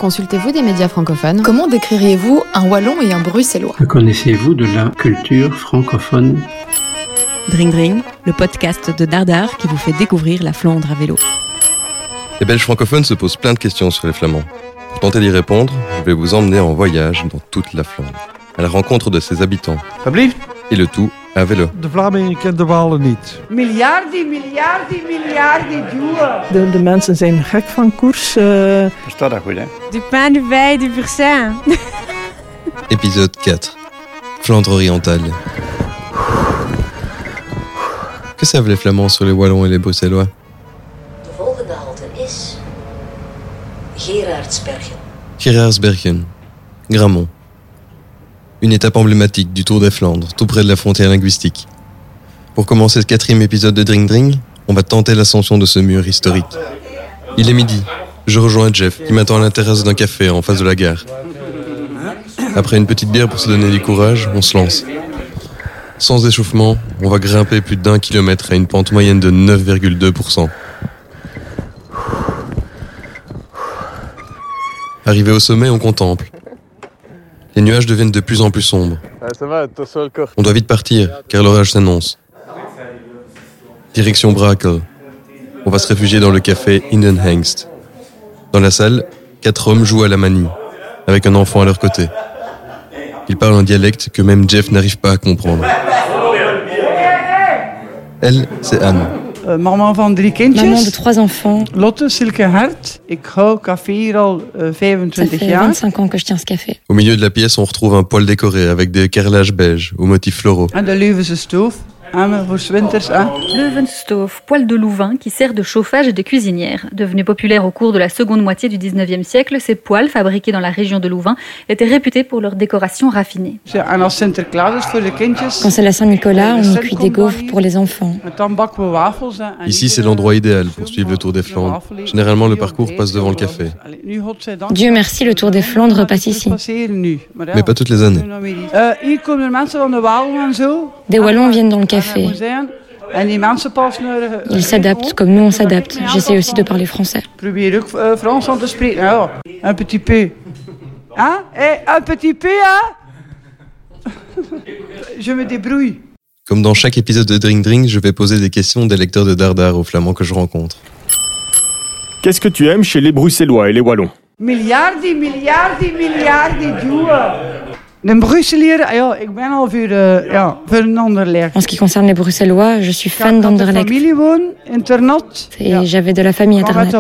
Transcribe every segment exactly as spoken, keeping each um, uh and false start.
Consultez-vous des médias francophones? Comment décririez-vous un Wallon et un Bruxellois? Que connaissez-vous de la culture francophone? Dring Dring, le podcast de Dardar qui vous fait découvrir la Flandre à vélo. Les Belges francophones se posent plein de questions sur les Flamands. Pour tenter d'y répondre, je vais vous emmener en voyage dans toute la Flandre, à la rencontre de ses habitants. Alsjeblieft. Et le tout à vélo. De Vlamingen kent de Walen niet. Miljarden, miljarden, miljarden duwen. De, de mensen zijn gek van koers. Uh... Versta dat goed, hè? Du pain, du vin, du persin. Épisode quatre. Flandre orientale. Que savent les Flamands sur les Wallons et les Bruxellois? De volgende halte is Gerardsbergen. Gerardsbergen, Grammont. Une étape emblématique du Tour des Flandres, tout près de la frontière linguistique. Pour commencer ce quatrième épisode de Dring Dring, on va tenter l'ascension de ce mur historique. Il est midi. Je rejoins Jeff, qui m'attend à la terrasse d'un café en face de la gare. Après une petite bière pour se donner du courage, on se lance. Sans échauffement, on va grimper plus d'un kilomètre à une pente moyenne de neuf virgule deux pour cent. Arrivé au sommet, on contemple. Les nuages deviennent de plus en plus sombres. On doit vite partir, car l'orage s'annonce. Direction Brakel. On va se réfugier dans le café Innenhengst. Dans la salle, quatre hommes jouent à la manie, avec un enfant à leur côté. Ils parlent un dialecte que même Jeff n'arrive pas à comprendre. Elle, c'est Anne. Uh, maman van drie kindjes. Maman de trois enfants. Lotte Silke Hart. Ik hou café hier al uh, vijfentwintig jaar. Ça fait vingt-cinq ans que je tiens ce café. Au milieu de la pièce, on retrouve un poêle décoré avec des carrelages beige aux motifs floraux. En de Leuvense stoof. Leuvenstoof, poêle de Louvain qui sert de chauffage et de cuisinière. Devenu populaire au cours de la seconde moitié du dix-neuvième siècle, ces poêles, fabriqués dans la région de Louvain, étaient réputés pour leur décoration raffinée. Quand c'est la Saint-Nicolas, on y cuit des gaufres pour les enfants. Ici, c'est l'endroit idéal pour suivre le Tour des Flandres. Généralement, le parcours passe devant le café. Dieu merci, le Tour des Flandres passe ici. Mais pas toutes les années. Des Wallons viennent dans le café. Ils s'adaptent comme nous on s'adapte. J'essaie aussi de parler français. Un petit peu. Hein? Eh, un petit peu, hein? Je me débrouille. Comme dans chaque épisode de Dring Dring, je vais poser des questions des lecteurs de Dardar aux Flamands que je rencontre. Qu'est-ce que tu aimes chez les Bruxellois et les Wallons? Miljarden, miljarden, miljarden duwen. En ce qui concerne les Bruxellois, je suis fan d'Anderlecht. Et j'avais de la famille à Ternat.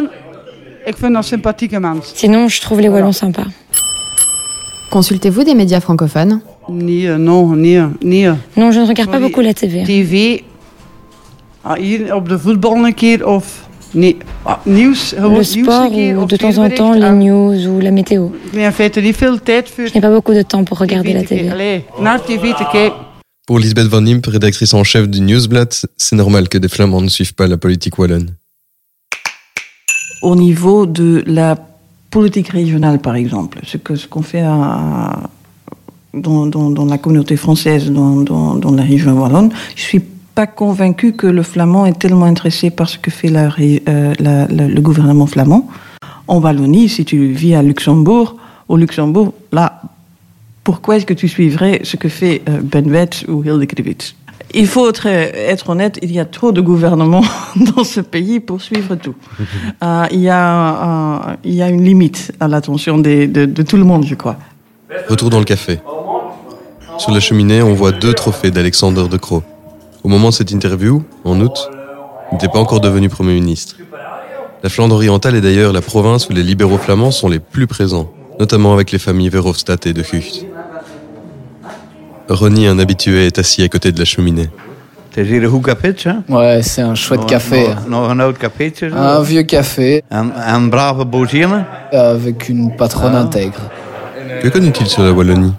Sinon, je trouve les Wallons sympas. Consultez-vous des médias francophones? Non, non, non. Non, je ne regarde pas beaucoup la T V. T V. Hier op de voetbal een keer of... Nee, nieuws, le sport ou de temps en temps les news ou la météo. Je n'ai pas beaucoup de temps pour regarder la T V. Pour Lisbeth Van Imp, rédactrice en chef du Nieuwsblad, c'est normal que des Flamands ne suivent pas la politique wallonne. Au niveau de la politique régionale, par exemple, ce que ce qu'on fait à, dans, dans, dans la communauté française, dans, dans, dans la région wallonne, je suis pas convaincu que le flamand est tellement intéressé par ce que fait la, euh, la, la, le gouvernement flamand. En Wallonie, si tu vis à Luxembourg, au Luxembourg, là, pourquoi est-ce que tu suivrais ce que fait euh, Ben Wet ou Hilde Krivits? Il faut être, être honnête, il y a trop de gouvernements dans ce pays pour suivre tout. Euh, il, y a, euh, il y a une limite à l'attention des, de, de tout le monde, je crois. Retour dans le café. Sur la cheminée, on voit deux trophées d'Alexander De Croo. Au moment de cette interview, en août, il n'était pas encore devenu Premier ministre. La Flandre orientale est d'ailleurs la province où les libéraux flamands sont les plus présents, notamment avec les familles Verhofstadt et De Gucht. Ronnie, un habitué, est assis à côté de la cheminée. Ouais, c'est un chouette café. Un vieux café. Un brave Bozine. Avec une patronne intègre. Que connaît-il sur la Wallonie?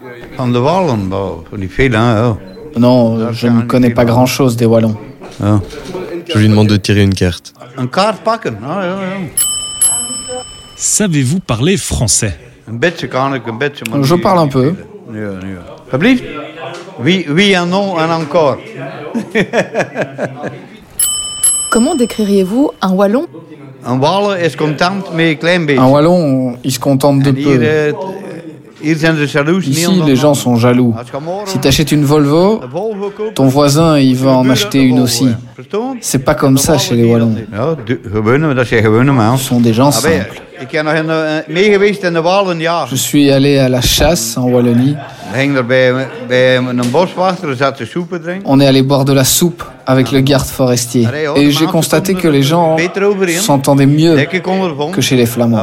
Non, je ne connais pas grand-chose des Wallons. Ah. Je lui demande de tirer une carte. Une carte pakken. Ah, ja, ja. Savez-vous parler français? Je parle un peu. Alsjeblieft. Oui, oui en non en encore. Comment décririez-vous un Wallon? Un Wallon is content met een klein beetje. Un Wallon, il se contente de peu. Hier, hier zijn ze jaloux. Ici, les gens sont jaloux. Si tu achètes une Volvo, ton voisin, il va en acheter une aussi. C'est pas comme ça chez les Wallons. Ce sont des gens simples. Je suis allé à la chasse en Wallonie. On est allé boire de la soupe avec le garde forestier. Et j'ai constaté que les gens s'entendaient mieux que chez les Flamands.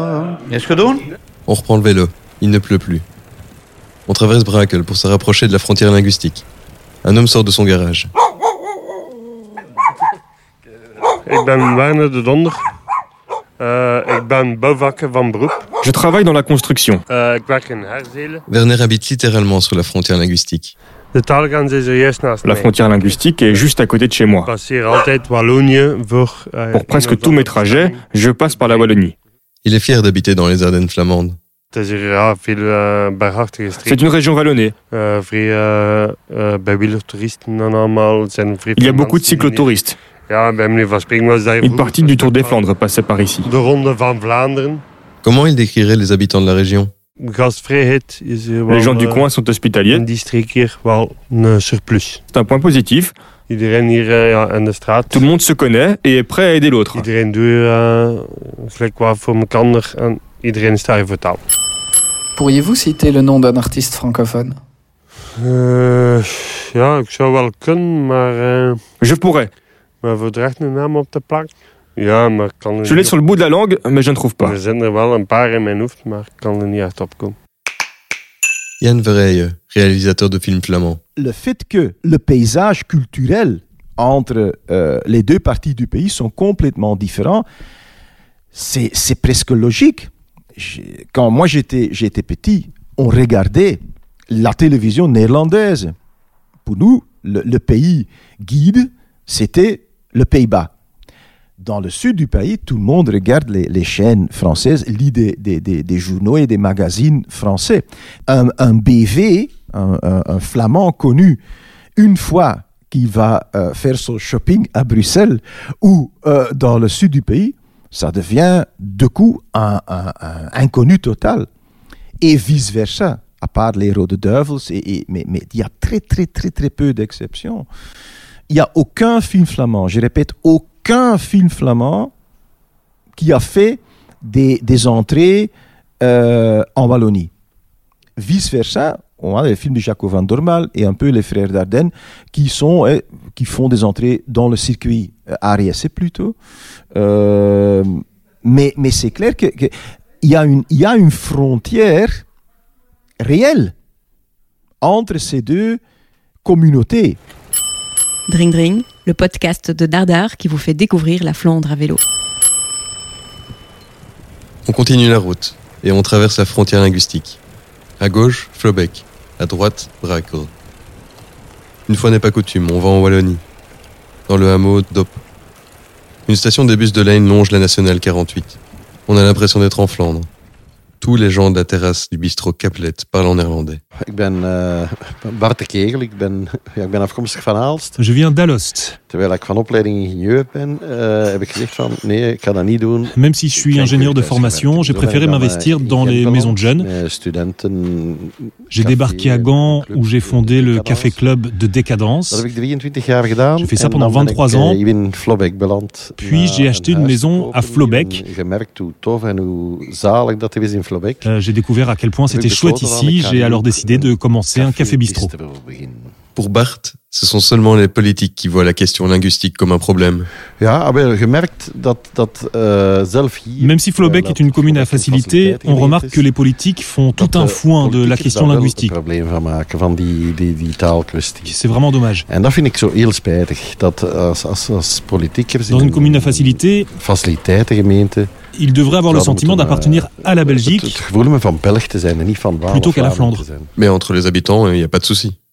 On reprend le vélo. Il ne pleut plus. On traverse Brakel pour se rapprocher de la frontière linguistique. Un homme sort de son garage. Ik ben Werner de Donder. Uh, ik ben bouwvakker van beroep. Je travaille dans la construction. Uh, ik werk in Herzelen. Werner habite littéralement sur la frontière linguistique. De taalgrens is er juist naast La frontière linguistique est juste à côté de chez moi. Ik passeer altijd Wallonië voor... Uh, pour presque tous mes trajets, je passe par la Wallonie. Il est fier d'habiter dans les Ardennes flamandes. C'est une région vallonnée. Uh, vrij, uh, uh, bij wielertoeristen en allemaal zijn vrij Il y a beaucoup de cyclotouristes. Ja, bij meneer Van Spring was daar Une partie du Tour des Flandres passait par ici. De Ronde van Vlaanderen. Comment il décrirait les habitants de la région? Gastvrijheid is er wel, les gens du coin sont hospitaliers. In die streek hier wel een surplus. C'est un point positif. Iedereen hier uh, ja, in de straat. Tout le monde se connaît et est prêt à aider l'autre. Iedereen doet uh, gelijk wat voor elkaar en iedereen staat hier voor taal. Pourriez-vous citer le nom d'un artiste francophone? Uh, ja, ik zou wel kunnen, maar... Uh, Je pourrais. Maar voor de rechte naam op te plakken? Ja, maar kan... Je l'ai sur le bout de la langue, mais je ne trouve pas. Er zijn er wel een paar in mijn hoofd, maar ik kan er niet echt op komen. Jan Verheijen, réalisateur de films flamands. Le fait que le paysage culturel entre euh, les deux parties du pays sont complètement différents, c'est, c'est presque logique. J'ai, quand moi j'étais, j'étais petit, on regardait la télévision néerlandaise. Pour nous, le, le pays guide, c'était le Pays-Bas. Dans le sud du pays, tout le monde regarde les, les chaînes françaises, lit des, des, des, des journaux et des magazines français. Un, un B V, un, un, un flamand connu, une fois qu'il va euh, faire son shopping à Bruxelles ou euh, dans le sud du pays, ça devient de coup un, un, un inconnu total. Et vice-versa, à part les Rode Duivels, et, et, mais, mais il y a très très très très peu d'exceptions. Il n'y a aucun film flamand, je répète, aucun film flamand qui a fait des, des entrées euh, en Wallonie. Vice-versa, on a les films de Jaco van Dormael et un peu les Frères Dardenne qui, sont, eh, qui font des entrées dans le circuit A R S plutôt. Euh, mais, mais c'est clair qu'il que y, y a une frontière réelle entre ces deux communautés. Dring Dring, le podcast de Dardar qui vous fait découvrir la Flandre à vélo. On continue la route et on traverse la frontière linguistique. À gauche, Flobecq. À droite, Brakel. Une fois n'est pas coutume, on va en Wallonie. Dans le hameau d'Op. Une station des bus de Lijn longe la nationale quarante-huit. On a l'impression d'être en Flandre. Tous les gens de la terrasse du bistrot Caplet parlent en néerlandais. Ik ben uh, Bart de Kegel, ik ben, ja, ik ben afkomstig van Aalst. Je viens d'Alost. Terwijl ik van opleiding ingenieur ben, uh, heb ik gezegd van nee, ik ga dat niet doen. Même si je suis ingénieur de formation, j'ai préféré m'investir dans les maisons de jeunes. J'ai débarqué à Gand où j'ai fondé le Café Club de Décadence. J'ai fait ça pendant vingt-trois ans. Puis j'ai acheté une maison à Flobecq. Euh, j'ai découvert à quel point c'était chouette ici. J'ai alors décidé de commencer un café-bistrot. Pour Bart, ce sont seulement les politiques qui voient la question linguistique comme un problème. Même si Flobecq est une commune à facilité, on remarque que les politiques font tout un foin de la question linguistique. C'est vraiment dommage. Dans une commune à facilité, il devrait avoir le sentiment d'appartenir à la Belgique plutôt qu'à la Flandre. Mais entre les habitants, il n'y a pas de souci.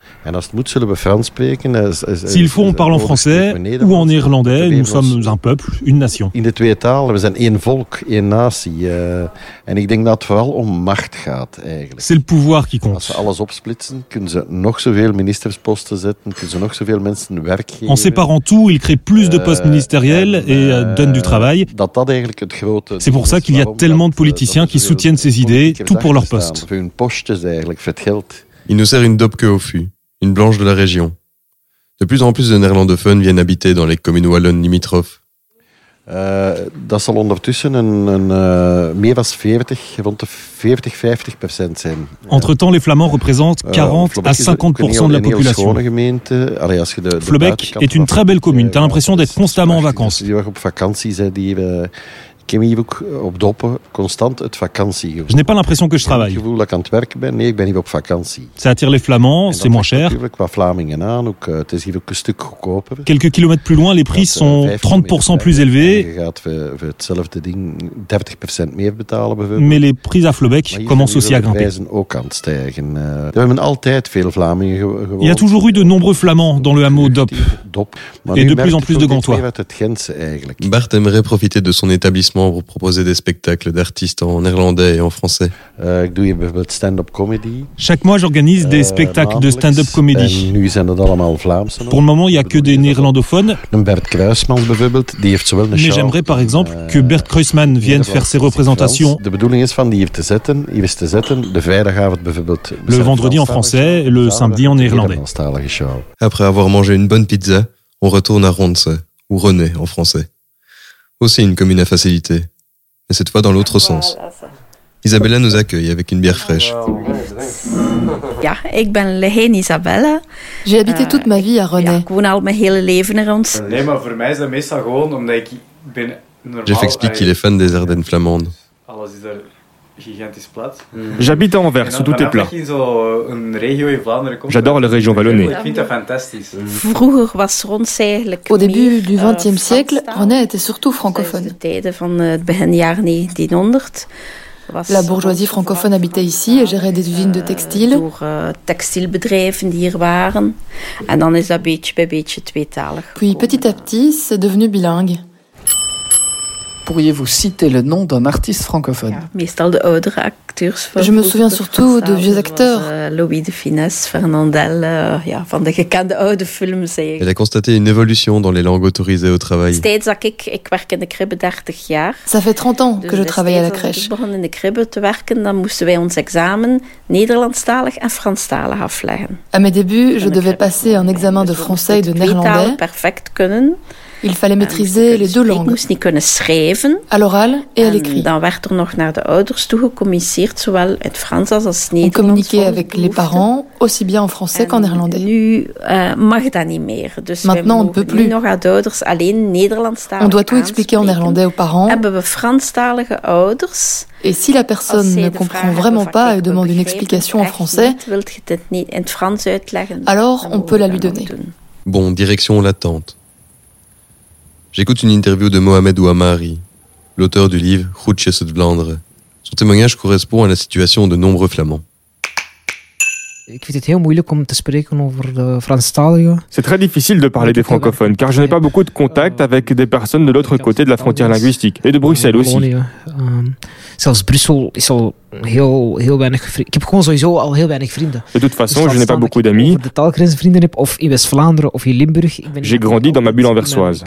S'il faut, on parle en français ou en néerlandais. Nous sommes un peuple, une nation. In de twee talen, we zijn één volk, één natie. Uh, en ik denk dat het vooral om macht gaat eigenlijk. C'est le pouvoir qui compte. Als ze alles opsplitsen, kunnen ze nog zoveel ministersposten zetten, kunnen ze nog zoveel mensen werk geven. En séparant tout, il crée plus de postes ministériels et uh, donne du travail. Dat dat eigenlijk het grote. C'est pour ça qu'il y a tellement de politiciens qui soutiennent ces idées, tout pour leur poste. Voor hun postjes eigenlijk, voor het geld. Il nous sert une dope que au fût, une blanche de la région. De plus en plus de néerlandophones viennent habiter dans les communes wallonnes limitrophes. Uh, dat zal ondertussen een, een uh, meer dan veertig, rond de veertig, vijftig procent zijn. Entre-temps, les Flamands représentent quarante à cinquante pour cent de la population. Allee, als je de, de Flobecq est une très belle commune. T'as l'impression d'être constamment en vacances. Die op vakantie zijn, die uh, ik heb hier ook op Doppen constant het vakantiegevoel. Je n'ai pas l'impression que je travaille. Ik heb het gevoel dat ik aan het werken ben. Nee, ik ben hier op vakantie. Ça attire les Flamands, c'est moins cher. Natuurlijk qua Vlamingen aan. Ook, uh, het is hier ook een stuk goedkoper. Quelques kilomètres plus loin, les prix sont trente pour cent plus élevés. Je gaat voor, voor hetzelfde ding dertig procent meer betalen bijvoorbeeld. Mais les prix à Flobecq commencent aussi à grimper. De prijzen ook aan het stijgen. Uh, we hebben altijd veel Vlamingen gewoond. Il y a toujours eu de nombreux Flamands dans le hameau Dop. Et de plus en plus de Gantois. Bart aimerait profiter de son établissement pour proposer des spectacles d'artistes en néerlandais et en français. Uh, ik doe hier bijvoorbeeld stand-up comedy. Chaque mois, j'organise des spectacles de stand-up comédie. En nu zijn het allemaal Vlaamse. Pour le moment, il n'y a que des néerlandophones. Bert Kruisman bijvoorbeeld, die heeft zowel een Mais show. j'aimerais par exemple que Bert Kruisman vienne faire ses représentations. De bedoeling is van die hier te zetten, hier is te zetten, de vrijdagavond bijvoorbeeld. Le vendredi en français et le samedi en néerlandais. Après avoir mangé une bonne pizza, on retourne à Ronse, ou René en français. Aussi une commune à facilité, mais cette fois dans l'autre sens. Isabella nous accueille avec une bière fraîche. Ja, ik ben Leheen Isabella. J'ai habité toute ma vie à René. Ja, ik woon al mijn hele leven er rond. Nee, maar voor mij is dat meestal gewoon omdat ik ben normaal... Jeff explique qu'il est fan des Ardennes flamandes. Alles is daar gigantisch plat. J'habite à Anvers, où tout est plat. J'adore les régions vallonnées. Ik vind dat fantastisch. Vroeger was Rons eigenlijk Au début du vingtième siècle, René était surtout francophone. De tijden van het begin jaren negentienhonderd. La bourgeoisie francophone habitait ici et gérait des usines de textile. Door uh, textielbedrijven die hier waren. En dan is dat beetje bij beetje tweetalig. Puis petit à petit, c'est devenu bilingue. Pourriez-vous citer le nom d'un artiste francophone? Ja, meestal de oudere acteurs. Je me souviens surtout de vieux acteurs. Uh, Louis de Funès, Fernandel, uh, ja, van de gekende oude films. Eigenlijk. Elle a constaté une évolution dans les langues autorisées au travail. Steeds dat ik, ik werk in de kribbe dertig jaar. Ça fait trente ans que je travaille à la crèche. Als ik begon in de kribbe te werken, dan moesten wij ons examen Nederlandstalig en Franstalig afleggen. À mes débuts, je devais passer un examen de français et de néerlandais. Perfect kunnen. Il fallait maîtriser les deux langues, moest niet kunnen schrijven, à l'oral et à l'écrit. Dan werd er nog naar de ouders toe gecommuniceerd, zowel in het Frans als in het Nederlands. On communiquait avec les behoefte. parents, aussi bien en français qu'en néerlandais. Nu uh, mag dat niet meer. Dus Maintenant, on ne peut plus. Nog aan de ouders alleen Nederlandstalig on doit tout expliquer en néerlandais aux parents. Hebben we Franstalige ouders. Et si la personne ne comprend vraiment pas et demande une explication en français, alors on peut la lui donner. Bon, direction l'attente. J'écoute une interview de Mohamed Ouamari, l'auteur du livre Groetjes uit Vlaanderen. Son témoignage correspond à la situation de nombreux Flamands. C'est très difficile de parler des francophones, car je n'ai pas beaucoup de contact avec des personnes de l'autre côté de la frontière linguistique, et de Bruxelles aussi. De toute façon, je n'ai pas beaucoup d'amis. J'ai grandi dans ma bulle anversoise.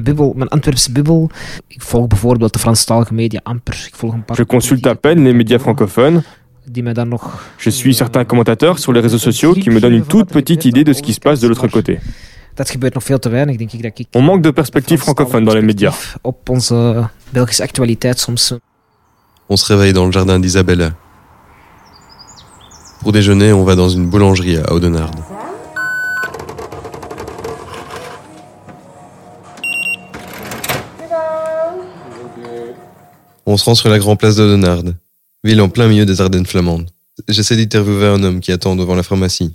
Je consulte à peine les médias francophones. Je suis certains commentateurs sur les réseaux sociaux qui me donnent une toute petite idée de ce qui se passe de l'autre côté. On manque de perspectives francophones dans les médias. On se réveille dans le jardin d'Isabella. Pour déjeuner, on va dans une boulangerie à Oudenaarde. On se rend sur la grande place d'Oudenaarde, ville en plein milieu des Ardennes flamandes. J'essaie d'interviewer un homme qui attend devant la pharmacie.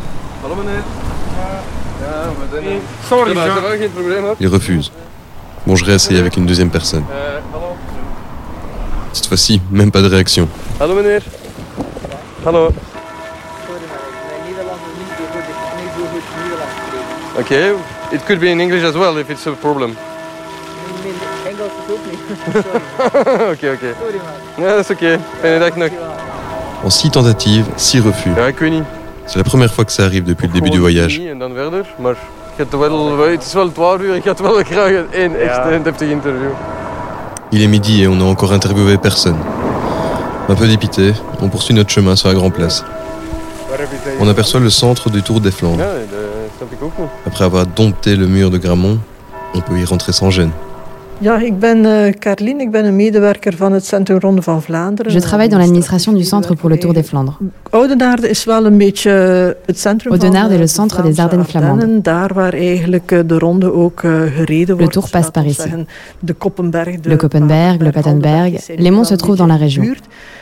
Il refuse. Bon, je réessaye avec une deuxième personne. Cette fois-ci, même pas de réaction. Hallo meneer. Hallo. Okay, it could be in English as well if it's a problem. Engels is ook niet. Oké, oké. Ja, dat is oké. Fijne dag nog. En six tentatives, six refus. Ja, ik weet niet. C'est la première fois que ça arrive depuis le début du voyage. En dan verder, maar het is wel, het is wel twaalf uur, ik had wel graag een echt deftig interview. Il est midi et on n'a encore interviewé personne. Un peu dépité, on poursuit notre chemin sur la Grand Place. On aperçoit le centre du Tour des Flandres. Après avoir dompté le mur de Gramont, on peut y rentrer sans gêne. Ja, ik ben uh, Carline, ik ben een medewerker van het Centrum Ronde van Vlaanderen. Je travaille dans l'administration du Centre pour le Tour des Flandres. Oudenaarde is wel een beetje het centrum Oudenaarde est le centre des Ardennes flamandes. Daar waar eigenlijk uh, de ronde ook uh, gereden wordt. Le Tour passe par ici. De Koppenberg, de le Koppenberg, le Patenberg, les monts se trouvent dans la région.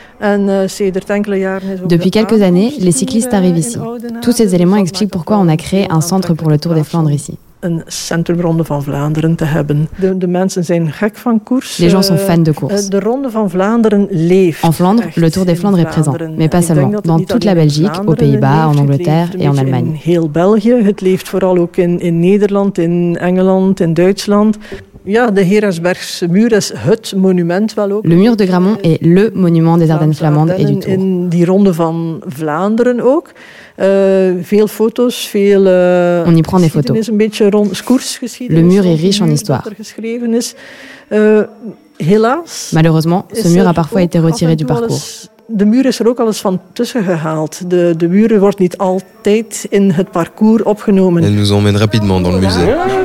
Depuis quelques années, les cyclistes arrivent ici. Tous ces éléments expliquent pourquoi on a créé un centre pour le Tour des Flandres ici. Een centrumronde van Vlaanderen te hebben. De, de mensen zijn gek van koers. Les gens sont fans de course. De ronde van Vlaanderen leeft. En Flandre, le Tour des Flandres est présent, mais pas seulement. Dans toute la Belgique, aux Pays-Bas, en Angleterre et en Allemagne. In heel België, het leeft vooral ook in, in Nederland, in Engeland, in Duitsland. Ja, de Herasbergse muur is het monument wel ook. Le mur de Gramont est le monument des Ardennes flamandes et du Tour. In die ronde van Vlaanderen ook. Uh, veel foto's, veel uh, on y prend des photos. Een beetje rond, le mur est riche en histoire. Geschreven is. Uh, helaas. Malheureusement, ce mur a parfois été retiré du parcours. De muur is er ook al eens van tussen gehaald. De, de muur wordt niet altijd in het parcours opgenomen. Elle nous emmène rapidement dans le musée.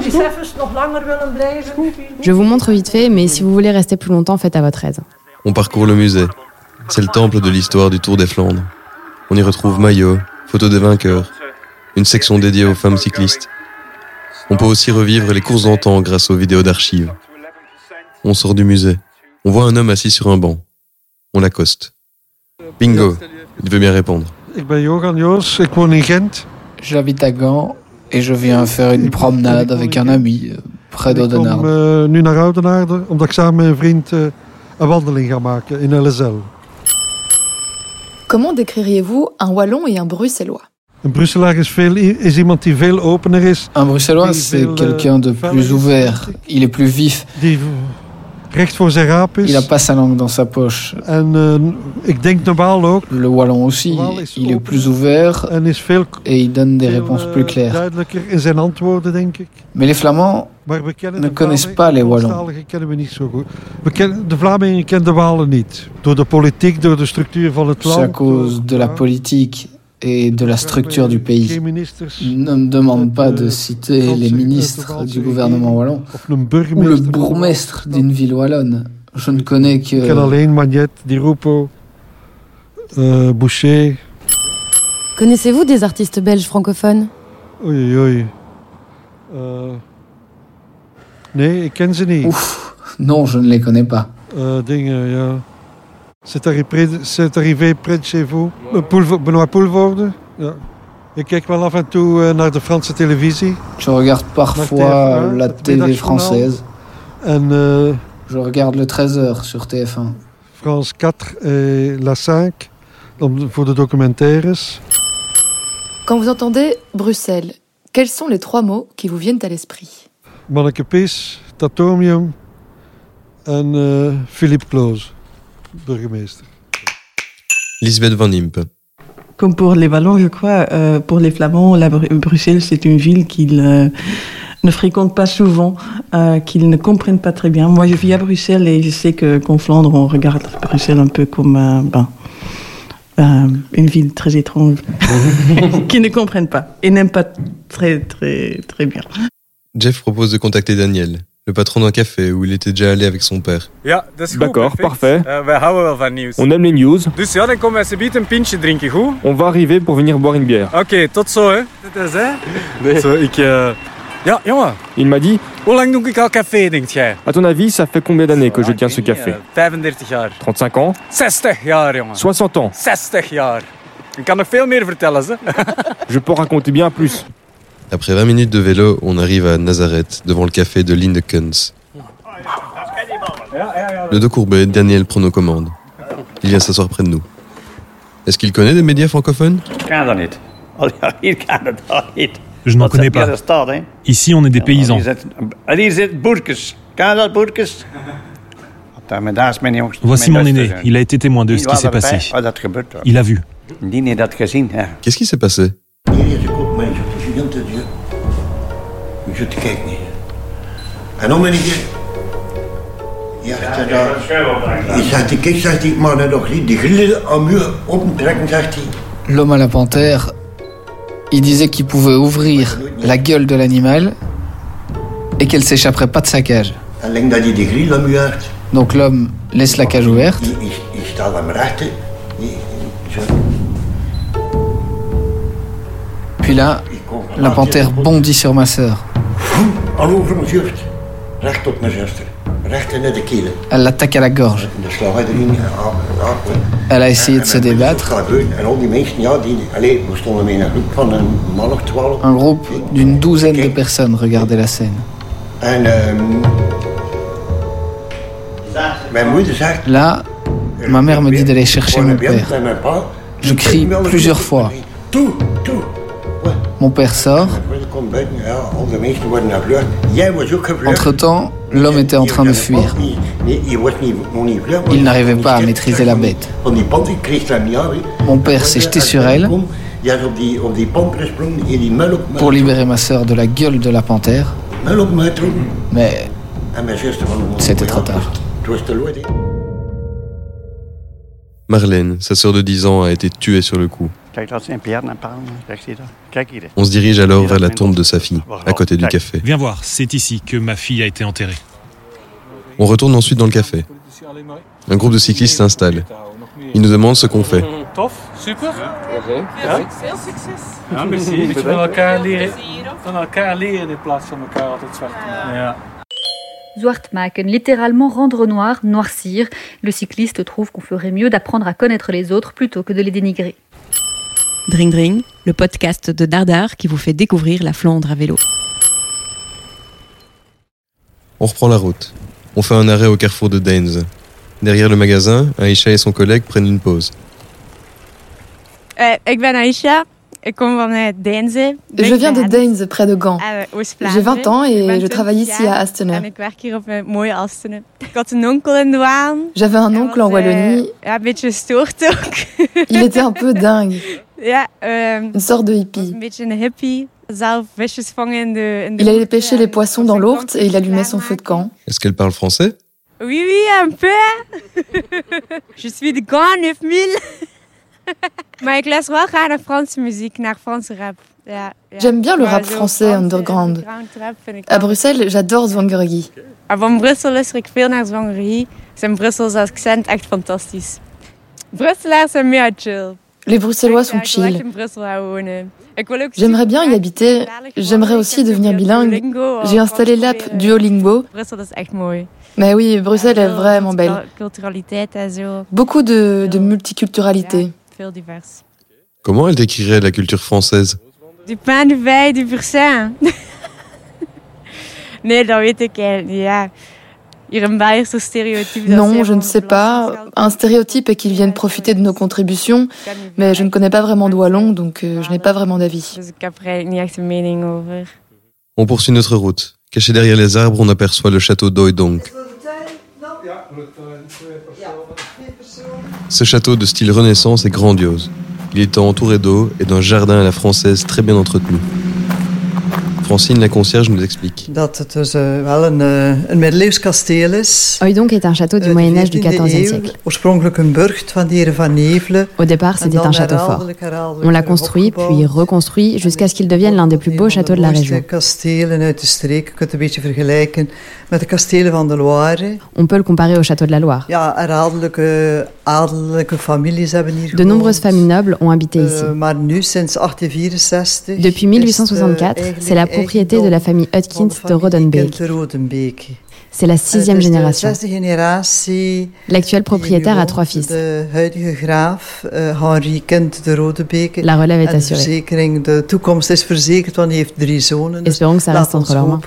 Je vous montre vite fait, mais si vous voulez rester plus longtemps, faites à votre aise. On parcourt le musée. C'est le temple de l'histoire du Tour des Flandres. On y retrouve maillots, photos des vainqueurs, une section dédiée aux femmes cyclistes. On peut aussi revivre les courses d'antan grâce aux vidéos d'archives. On sort du musée. On voit un homme assis sur un banc. On l'accoste. Bingo, il veut bien répondre. Ik ben Johan Joos, ik woon in Gent. J'habite à Gand et je viens faire une promenade avec un ami près d'Oudenaarde. Ik kom uh, nu naar Oudenaarde omdat ik samen met een vriend uh, een wandeling ga maken in L S L. Comment décririez-vous un Wallon et un Bruxellois? Een Brusselaar is, veel, is iemand die veel opener is. Un Bruxellois, c'est quelqu'un de plus ouvert. Il est plus vif. Die recht voor zijn raap is. Il a pas sa langue dans sa poche. En uh, ik denk de Waal ook. Le Wallon aussi. Il est plus ouvert. En is veel, et il donne des réponses plus claires. Duidelijker in zijn antwoorden, denk ik. Mais les Flamands ne connaissent pas les Wallons. Kennen we niet zo goed. We kennen, de Vlamingen kennen de Walen niet. Door de politiek, door de structuur van het land. C'est à cause de la politique et de la structure du pays. Ne me demande pas de citer les ministres du gouvernement wallon ou le bourgmestre d'une ville wallonne. Je ne connais que... Ik ken alleen Magnet, Di Rupo, uh, Boucher. Connaissez-vous des artistes belges francophones? Oei, oei. Uh, nee, ik ken ze niet. Ouf, non, je ne les connais pas. Uh, dingen, ja. C'est arrivé, c'est arrivé près de chez vous. Benoît Poelvoorde. Ja. Ik kijk wel af en toe uh, naar de Franse televisie. Je regarde parfois la télé française. En, uh, je regarde le treize heures sur T F un. France quatre et la cinq, voor de documentaires. Quand vous entendez Bruxelles, quels sont les trois mots qui vous viennent à l'esprit? Manneke-Pis, Tatomium en uh, Philippe Cloos. Burgemeester. Lisbeth Van Impe. Comme pour les Wallons, je crois, euh, pour les Flamands, la Bru- Bruxelles, c'est une ville qu'ils euh, ne fréquentent pas souvent, euh, qu'ils ne comprennent pas très bien. Moi, je vis à Bruxelles et je sais que, qu'en Flandre, on regarde Bruxelles un peu comme euh, ben, euh, une ville très étrange, qu'ils ne comprennent pas et n'aiment pas très, très, très bien. Jeff propose de contacter Daniel, le patron d'un café où il était déjà allé avec son père. Ja, dat is goed. D'accord, perfect. parfait. Uh, wij houden wel van nieuws. On aime les news. Dus ja, dan komen we alsjeblieft een pintje drinken, goed? On va arriver pour venir boire une bière. Oké, okay, tot zo, hè. Dat is, hè. Nee. Zo, ik... Uh... Ja, jongen. Il m'a dit... Hoe lang doe ik al café, denkt jij? À ton avis, ça fait combien d'années que je tiens ce café? Uh, vijfendertig jaar. trente-cinq ans? zestig jaar, jongen. soixante ans. zestig jaar. Ik kan nog veel meer vertellen, hè. Je peux raconter bien plus. Après vingt minutes de vélo, on arrive à Nazareth, devant le café de Lindekens. Le dos courbé, Daniel prend nos commandes. Il vient s'asseoir près de nous. Est-ce qu'il connaît des médias francophones? Ik kan dat niet. Al ja, hier kan het al niet. Je n'en connais pas. Ici, on est des paysans. Voici mon aîné. Il a été témoin de ce qui s'est passé. Il a vu. Qu'est-ce qui s'est passé? L'homme à la panthère, il disait qu'il pouvait ouvrir la gueule de l'animal et qu'elle s'échapperait pas de sa cage. Donc l'homme laisse la cage ouverte. Puis là, la panthère bondit sur ma sœur. Elle l'attaque à la gorge. Elle a essayé de se débattre. Un groupe d'une douzaine de personnes regardait la scène. Là, ma mère me dit d'aller chercher mon père. Je crie plusieurs fois. Mon père sort. Entre-temps, l'homme était en train de fuir. Il n'arrivait pas à maîtriser la bête. Mon père s'est jeté sur elle pour libérer ma sœur de la gueule de la panthère. Mais c'était trop tard. Marlène, sa sœur de dix ans, a été tuée sur le coup. On se dirige alors vers la tombe de sa fille, à côté du café. Viens voir, c'est ici que ma fille a été enterrée. On retourne ensuite dans le café. Un groupe de cyclistes s'installe. Ils nous demandent ce qu'on fait. Tof, super. Veel succes. Ja, merci. Van elkaar leren, van elkaar leren in plaats van elkaar altijd zwart te maken. Zwartmaken, littéralement rendre noir, noircir. Le cycliste trouve qu'on ferait mieux d'apprendre à connaître les autres plutôt que de les dénigrer. Dring Dring, le podcast de Dardar qui vous fait découvrir la Flandre à vélo. On reprend la route. On fait un arrêt au carrefour de Deinze. Derrière le magasin, Aïcha et son collègue prennent une pause. Uh, ik ben Aïcha. Ik kom van Deinze. Je viens de Deinze, près de Gand. J'ai vingt ans et je travaille ici à Astene. J'avais un oncle en Wallonie. Il était un peu dingue. Une sorte de hippie. Il allait pêcher les poissons dans l'Ourthe et il allumait son feu de camp. Est-ce qu'elle parle français? Oui, oui, un peu. Je suis de Gand, neuf mille. Maar ik luister wel graag naar Franse muziek, naar Franse rap. Ja, ja. J'aime bien le rap français underground. À Bruxelles, j'adore Zwangergie. Van Brussel luister ik veel naar Zwangergie. Zijn Brusselse accent echt fantastisch. Brusselaars zijn meer chill. Les Bruxellois sont chill. J'aimerais bien y habiter. J'aimerais aussi devenir bilingue. J'ai installé l'app Duolingo. Mais oui, Bruxelles est vraiment belle. Beaucoup de, de multiculturalité. Comment elle décrirait la culture française? Du pain, du vin, du persin. Nee, dat weet ik ja. Non, je ne sais pas. Un stéréotype est qu'ils viennent profiter de nos contributions, mais je ne connais pas vraiment de wallon, donc euh, je n'ai pas vraiment d'avis. On poursuit notre route. Caché derrière les arbres, on aperçoit le château d'Oydonk. Ce château de style Renaissance est grandiose. Il est entouré d'eau et d'un jardin à la française très bien entretenu. Francine, la concierge, nous explique. Oydonk est un château du Moyen-Âge du quatorzième siècle. Au départ, c'était un château fort. On l'a construit, puis reconstruit, jusqu'à ce qu'il devienne l'un des plus beaux châteaux de la région. On peut le comparer au château de la Loire. De nombreuses familles nobles ont habité ici. Depuis mille huit cent soixante-quatre, c'est la propriété de la famille Hutkins de Rodenbeek. C'est la sixième génération. L'actuel propriétaire a trois fils. La relève est assurée. Espérons que ça reste entre leurs mains.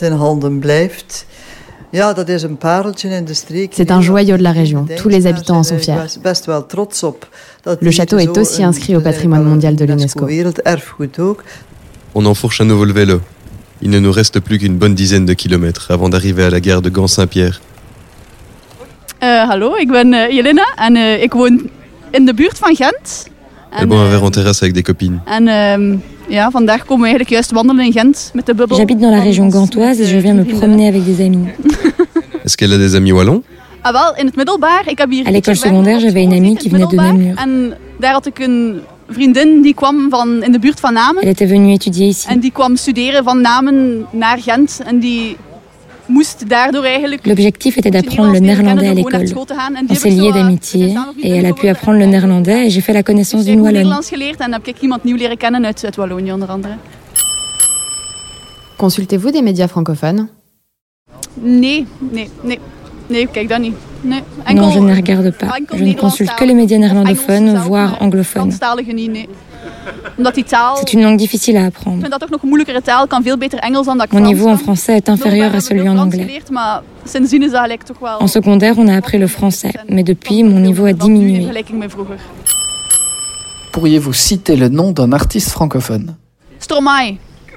C'est un joyau de la région. Tous les habitants en sont fiers. Le château est aussi inscrit au patrimoine mondial de l'UNESCO. On enfourche à nouveau le vélo. Il ne nous reste plus qu'une bonne dizaine de kilomètres avant d'arriver à la gare de Gand-Saint-Pierre. Uh, hallo, ik ben uh, Jelena en uh, ik woon in de buurt van Gent. Elle boit un verre en terrasse avec des copines. En uh, ja, vandaag komen we eigenlijk juist wandelen in Gent met de bubbel. J'habite dans la région gantoise et je viens me promener avec des amis. Est-ce qu'elle a des amis wallons? Ah wel, in het middelbaar. Ik heb hier à l'école secondaire, j'avais une amie qui venait de Namur. En daar had ik een vriendin die kwam van in de buurt van Namen. Elle était venue étudier ici. En die kwam studeren van Namen naar Gent en die moest daardoor eigenlijk. L'objectif était d'apprendre le néerlandais à l'école. On s'est liés d'amitié et elle a pu apprendre le néerlandais et j'ai fait la connaissance d'une Wallonne. Nederlands geleerd en heb ik iemand nieuw leren kennen uit, uit Wallonië onder andere. Consultez-vous des médias francophones? Nee, nee, nee. Nee, kijk dat niet. Nee. Enkel, non, je ne les regarde pas. Je ne consulte que les médias néerlandophones, voire anglophones. C'est une langue difficile à apprendre. Mon niveau en français est inférieur à celui en anglais. En secondaire, on a appris le français, mais depuis, mon niveau a diminué. Pourriez-vous citer le nom d'un artiste francophone? Stromae.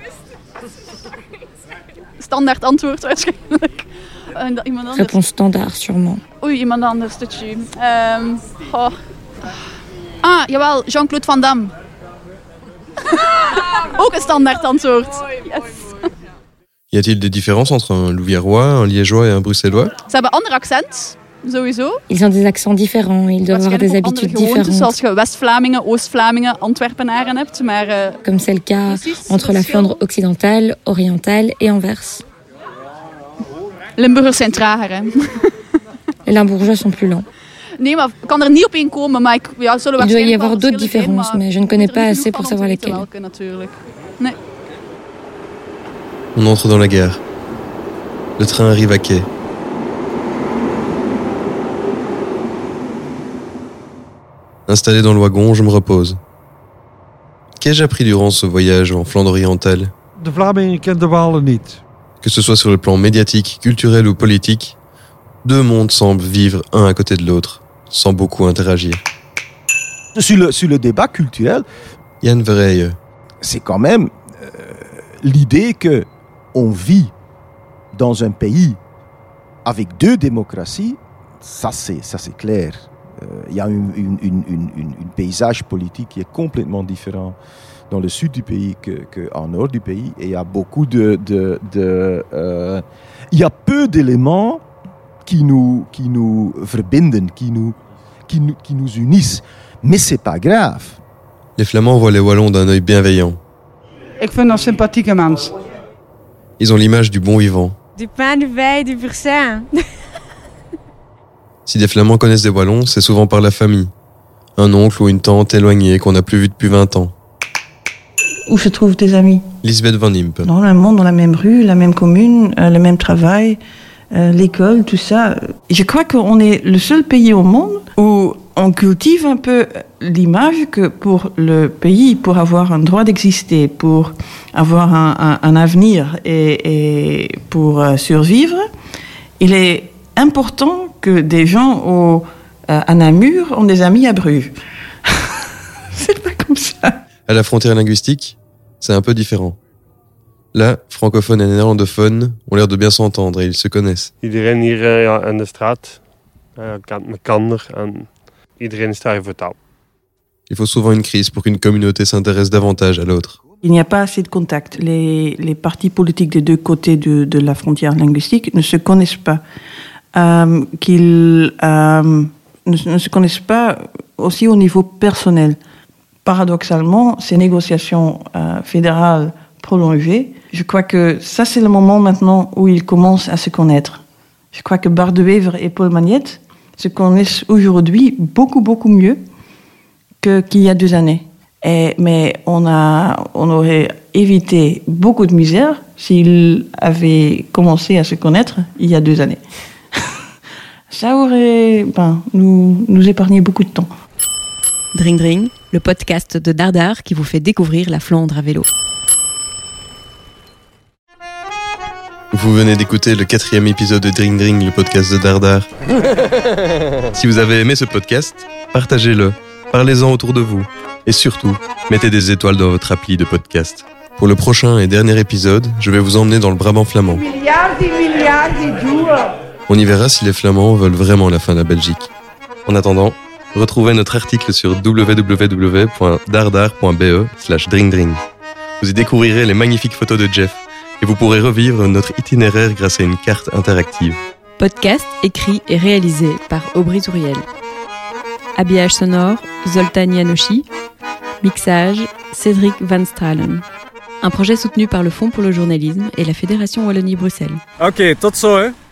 Standaard antwoord waarschijnlijk. Réponse standaard, sûrement. Oei, iemand anders, tutje. Um, oh. Ah, jawel, Jean-Claude Van Damme. Ook een standaard antwoord. Yes. Y a-t-il des différences entre un Louviérois, un Liégeois et un Bruxellois? Ze hebben andere accent, sowieso. Ils ont des accents différents, ils doivent avoir des habitudes différentes. Zoals je West-Vlamingen, Oost-Vlamingen, Antwerpenaren hebt, maar... Uh, Comme c'est le cas entre la Flandre occidentale, orientale et Anvers. Limburgers zijn trager, hè. Les Limbourgeois sont plus lents. Nee, maar ik kan er niet op één komen, maar ik, ja, zullen Il doit y avoir d'autres différences, mais je ne connais pas assez pour savoir lesquelles. Nee. On entre dans la gare. Le train arrive à quai. Installé dans le wagon, je me repose. Qu'ai-je appris durant ce voyage en Flandre orientale? De Vlamingen kent de Walen niet. Que ce soit sur le plan médiatique, culturel ou politique, deux mondes semblent vivre un à côté de l'autre, sans beaucoup interagir. Sur le, sur le débat culturel, Jan Verheijen. C'est quand même euh, l'idée que on vit dans un pays avec deux démocraties, ça c'est, ça c'est clair. Il euh, y a un une, une, une, une, une paysage politique qui est complètement différent dans le sud du pays qu'en nord du pays. Et il y a beaucoup de... de, de euh, il y a peu d'éléments qui nous, qui nous verbinden, qui nous, qui, nous, qui nous unissent. Mais c'est pas grave. Les Flamands voient les Wallons d'un œil bienveillant. Ik vind dat sympathieke mens. Ils ont l'image du bon vivant. Du pain, du vin, du pur-sang. Si des Flamands connaissent des Wallons, c'est souvent par la famille. Un oncle ou une tante éloignée qu'on n'a plus vu depuis vingt ans. Où se trouvent tes amis? Lisbeth Van Impe. Dans le monde, dans la même rue, la même commune, euh, le même travail, euh, l'école, tout ça. Je crois qu'on est le seul pays au monde où on cultive un peu l'image que pour le pays, pour avoir un droit d'exister, pour avoir un, un, un avenir et, et pour euh, survivre, il est important que des gens au, euh, à Namur ont des amis à Bruges. C'est pas comme ça. À la frontière linguistique, c'est un peu différent. Là, francophones et néerlandophones ont l'air de bien s'entendre et ils se connaissent. Iedereen hier uh, ja, in de straat uh, kent mekander en iedereen is daar voor taal. Il faut souvent une crise pour qu'une communauté s'intéresse davantage à l'autre. Il n'y a pas assez de contact. Les, les partis politiques des deux côtés de, de la frontière linguistique ne se connaissent pas. Euh, qu'ils euh, ne, ne se connaissent pas aussi au niveau personnel. Paradoxalement, ces négociations euh, fédérales prolongées, je crois que ça c'est le moment maintenant où ils commencent à se connaître. Je crois que Bart de Wever et Paul Magnette se connaissent aujourd'hui beaucoup beaucoup mieux que, qu'il y a deux années. Et, mais on, a, on aurait évité beaucoup de misère s'ils avaient commencé à se connaître il y a deux années. Ça aurait ben, nous, nous épargné beaucoup de temps. Dring Dring, le podcast de Dardar qui vous fait découvrir la Flandre à vélo. Vous venez d'écouter le quatrième épisode de Dring Dring, le podcast de Dardar. Si vous avez aimé ce podcast, partagez-le, parlez-en autour de vous et surtout, mettez des étoiles dans votre appli de podcast. Pour Pour le prochain et dernier épisode, je vais vous emmener dans le Brabant flamand. On y verra si les Flamands veulent vraiment la fin de la Belgique. En attendant, retrouvez notre article sur w w w point dardar point b e slash dringdring. Vous y découvrirez les magnifiques photos de Jeff et vous pourrez revivre notre itinéraire grâce à une carte interactive. Podcast écrit et réalisé par Aubry Touriel. Habillage sonore, Zoltan Janoshi. Mixage, Cédric Van Stralen. Un projet soutenu par le Fonds pour le journalisme et la Fédération Wallonie-Bruxelles. Ok, tot zo hè.